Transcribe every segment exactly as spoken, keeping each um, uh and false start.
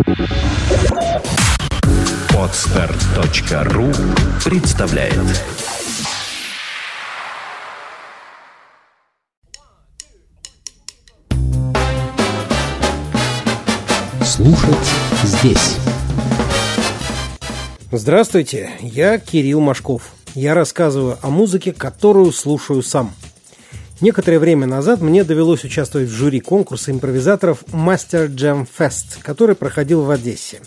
Подстер точка ру представляет. Слушать здесь. Здравствуйте, я Кирилл Машков. Я рассказываю о музыке, которую слушаю сам. Некоторое время назад мне довелось участвовать в жюри конкурса импровизаторов Master Jam Fest, который проходил в Одессе.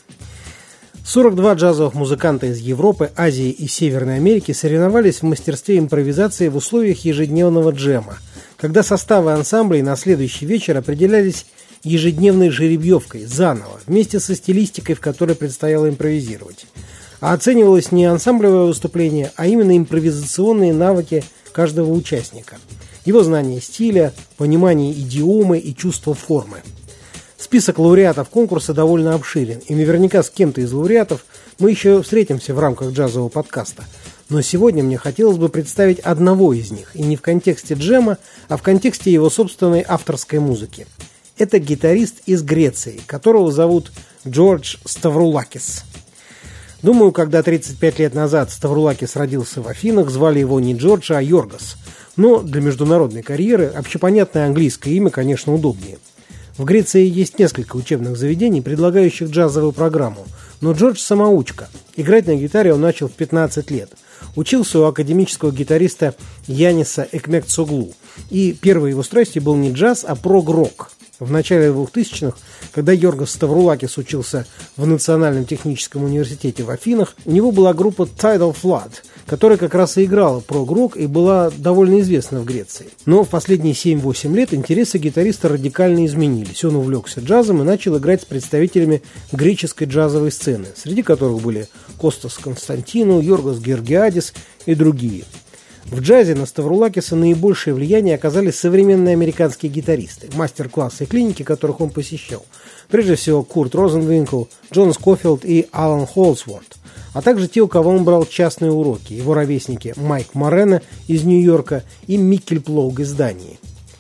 сорок два джазовых музыканта из Европы, Азии и Северной Америки соревновались в мастерстве импровизации в условиях ежедневного джема, когда составы ансамблей на следующий вечер определялись ежедневной жеребьевкой, заново, вместе со стилистикой, в которой предстояло импровизировать. А оценивалось не ансамблевое выступление, а именно импровизационные навыки каждого участника. Его знание стиля, понимание идиомы и чувство формы. Список лауреатов конкурса довольно обширен, и наверняка с кем-то из лауреатов мы еще встретимся в рамках джазового подкаста. Но сегодня мне хотелось бы представить одного из них, и не в контексте джема, а в контексте его собственной авторской музыки. Это гитарист из Греции, которого зовут Джордж Ставрулакис. Думаю, когда тридцать пять лет назад Ставрулакис родился в Афинах, звали его не Джордж, а Йоргос. Но для международной карьеры общепонятное английское имя, конечно, удобнее. В Греции есть несколько учебных заведений, предлагающих джазовую программу, но Джордж самоучка. Играть на гитаре он начал в пятнадцать лет. Учился у академического гитариста Яниса Экмекцоглу. И первой его страстью был не джаз, а прог-рок. В начале двухтысячных, когда Йоргос Ставрулакис учился в Национальном техническом университете в Афинах, у него была группа Tidal Flood, которая как раз и играла прог-рок и была довольно известна в Греции. Но в последние семь-восемь лет интересы гитариста радикально изменились. Он увлекся джазом и начал играть с представителями греческой джазовой сцены, среди которых были Костас Константиnou, Йоргос Георгиадис и другие. В джазе на Ставрулакиса наибольшее влияние оказали современные американские гитаристы, мастер-классы и клиники, которых он посещал. Прежде всего Курт Розенвинкл, Джон Скофилд и Алан Холсворт, а также те, у кого он брал частные уроки, его ровесники Майк Морено из Нью-Йорка и Микель Плоуг из Дании.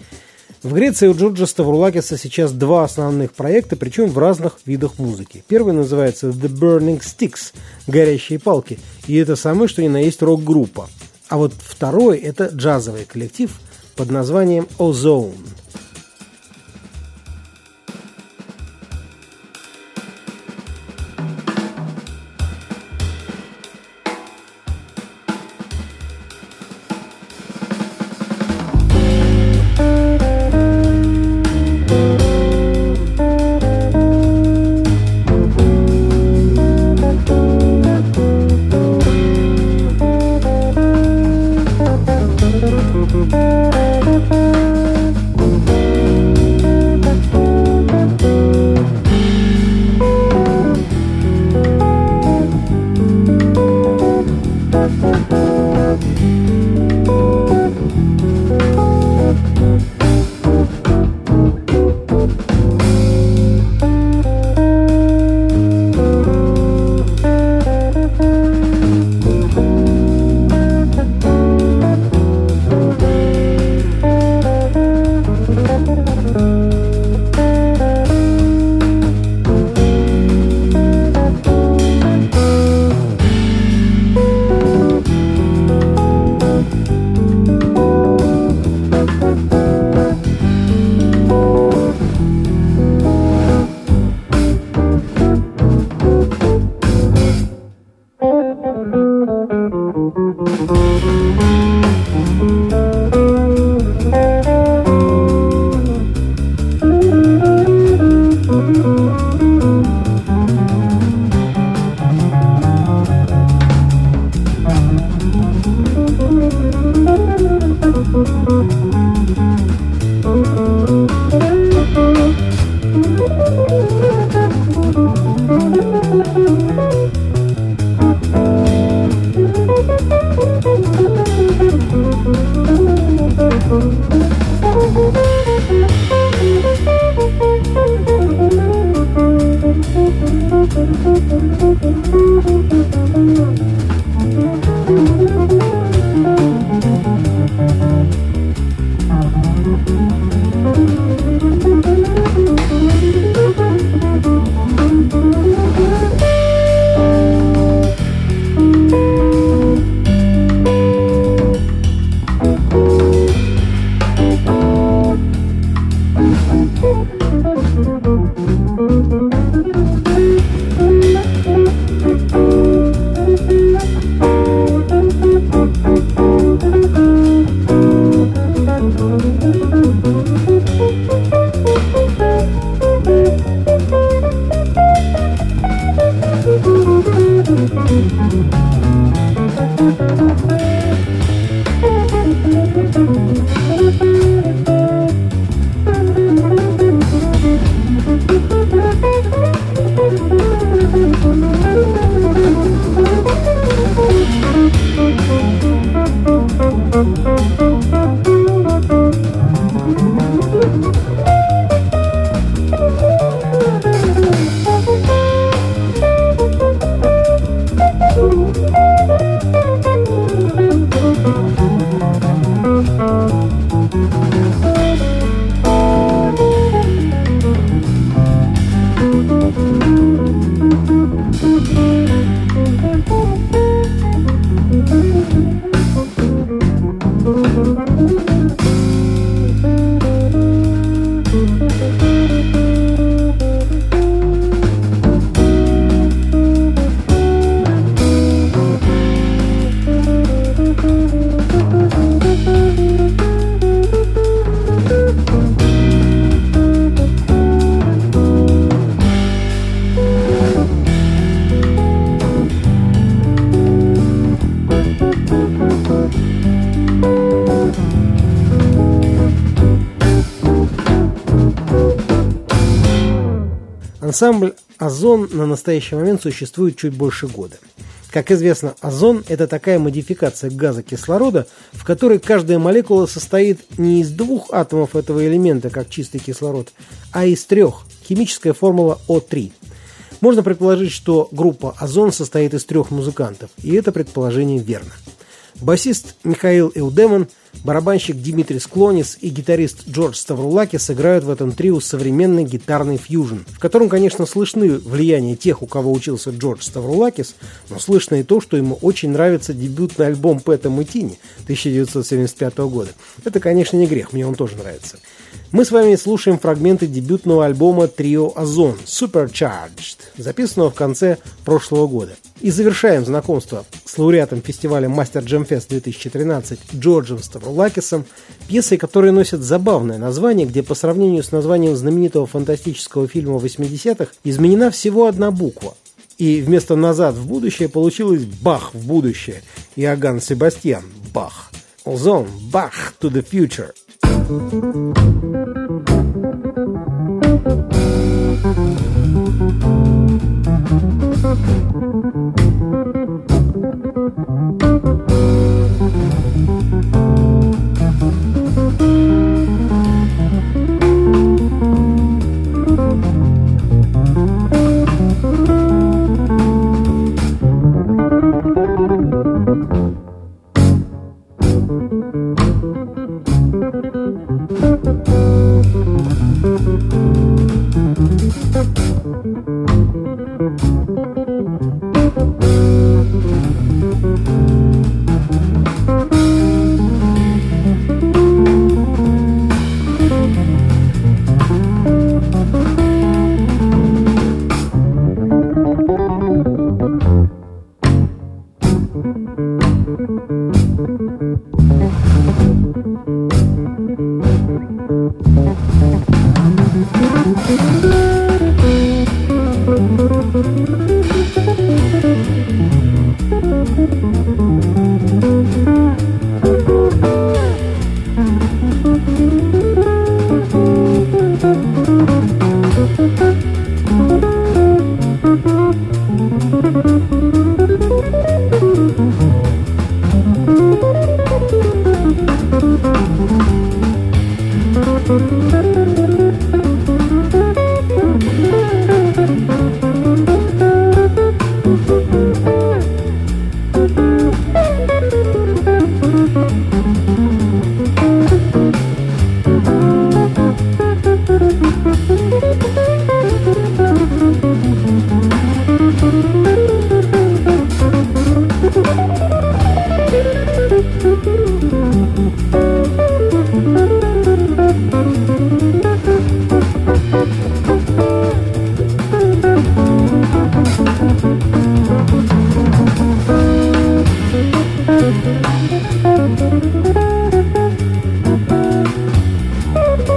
В Греции у Джорджа Ставрулакиса сейчас два основных проекта, причем в разных видах музыки. Первый называется The Burning Sticks – «Горящие палки», и это самое, что ни на есть рок-группа. А вот второй – это джазовый коллектив под названием Ozone. Ансамбль «Озон» на настоящий момент существует чуть больше года. Как известно, озон – это такая модификация газа кислорода, в которой каждая молекула состоит не из двух атомов этого элемента, как чистый кислород, а из трех – химическая формула О три. Можно предположить, что группа «Озон» состоит из трех музыкантов, и это предположение верно. Басист Михаил Эудемон, барабанщик Димитрий Склонис и гитарист Джордж Ставрулакис играют в этом трио современный гитарный фьюжн, в котором, конечно, слышны влияния тех, у кого учился Джордж Ставрулакис, но слышно и то, что ему очень нравится дебютный альбом Пэта Метини тысяча девятьсот семьдесят пятого года. Это, конечно, не грех, мне он тоже нравится. Мы с вами слушаем фрагменты дебютного альбома трио «Озон» Supercharged, записанного в конце прошлого года. И завершаем знакомство с лауреатом фестиваля Master Jam Fest две тысячи тринадцать Джорджем Ставрулакисом пьесой, которая носит забавное название, где по сравнению с названием знаменитого фантастического фильма восьмидесятых изменена всего одна буква. И вместо «назад в будущее» получилось «бах в будущее». Иоганн Себастьян Бах. Озон, Бах to the future.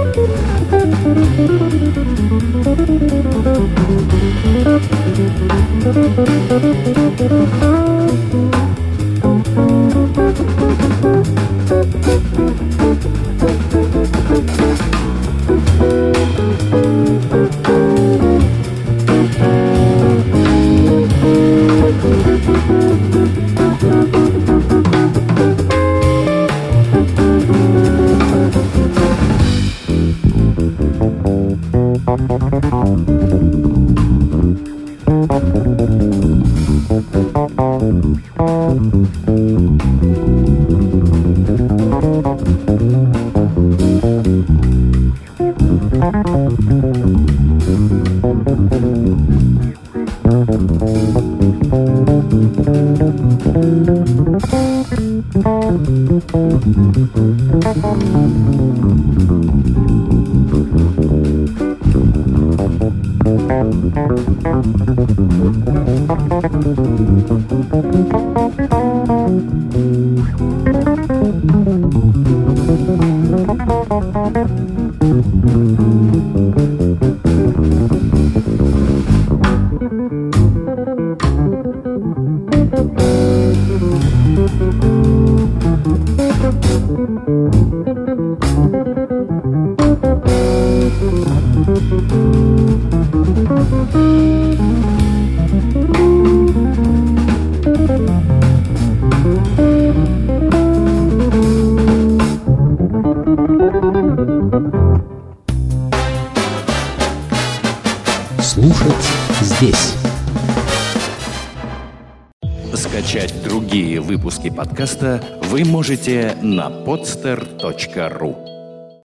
Thank you. Слушать здесь. Скачать другие выпуски подкаста вы можете на podster точка ру.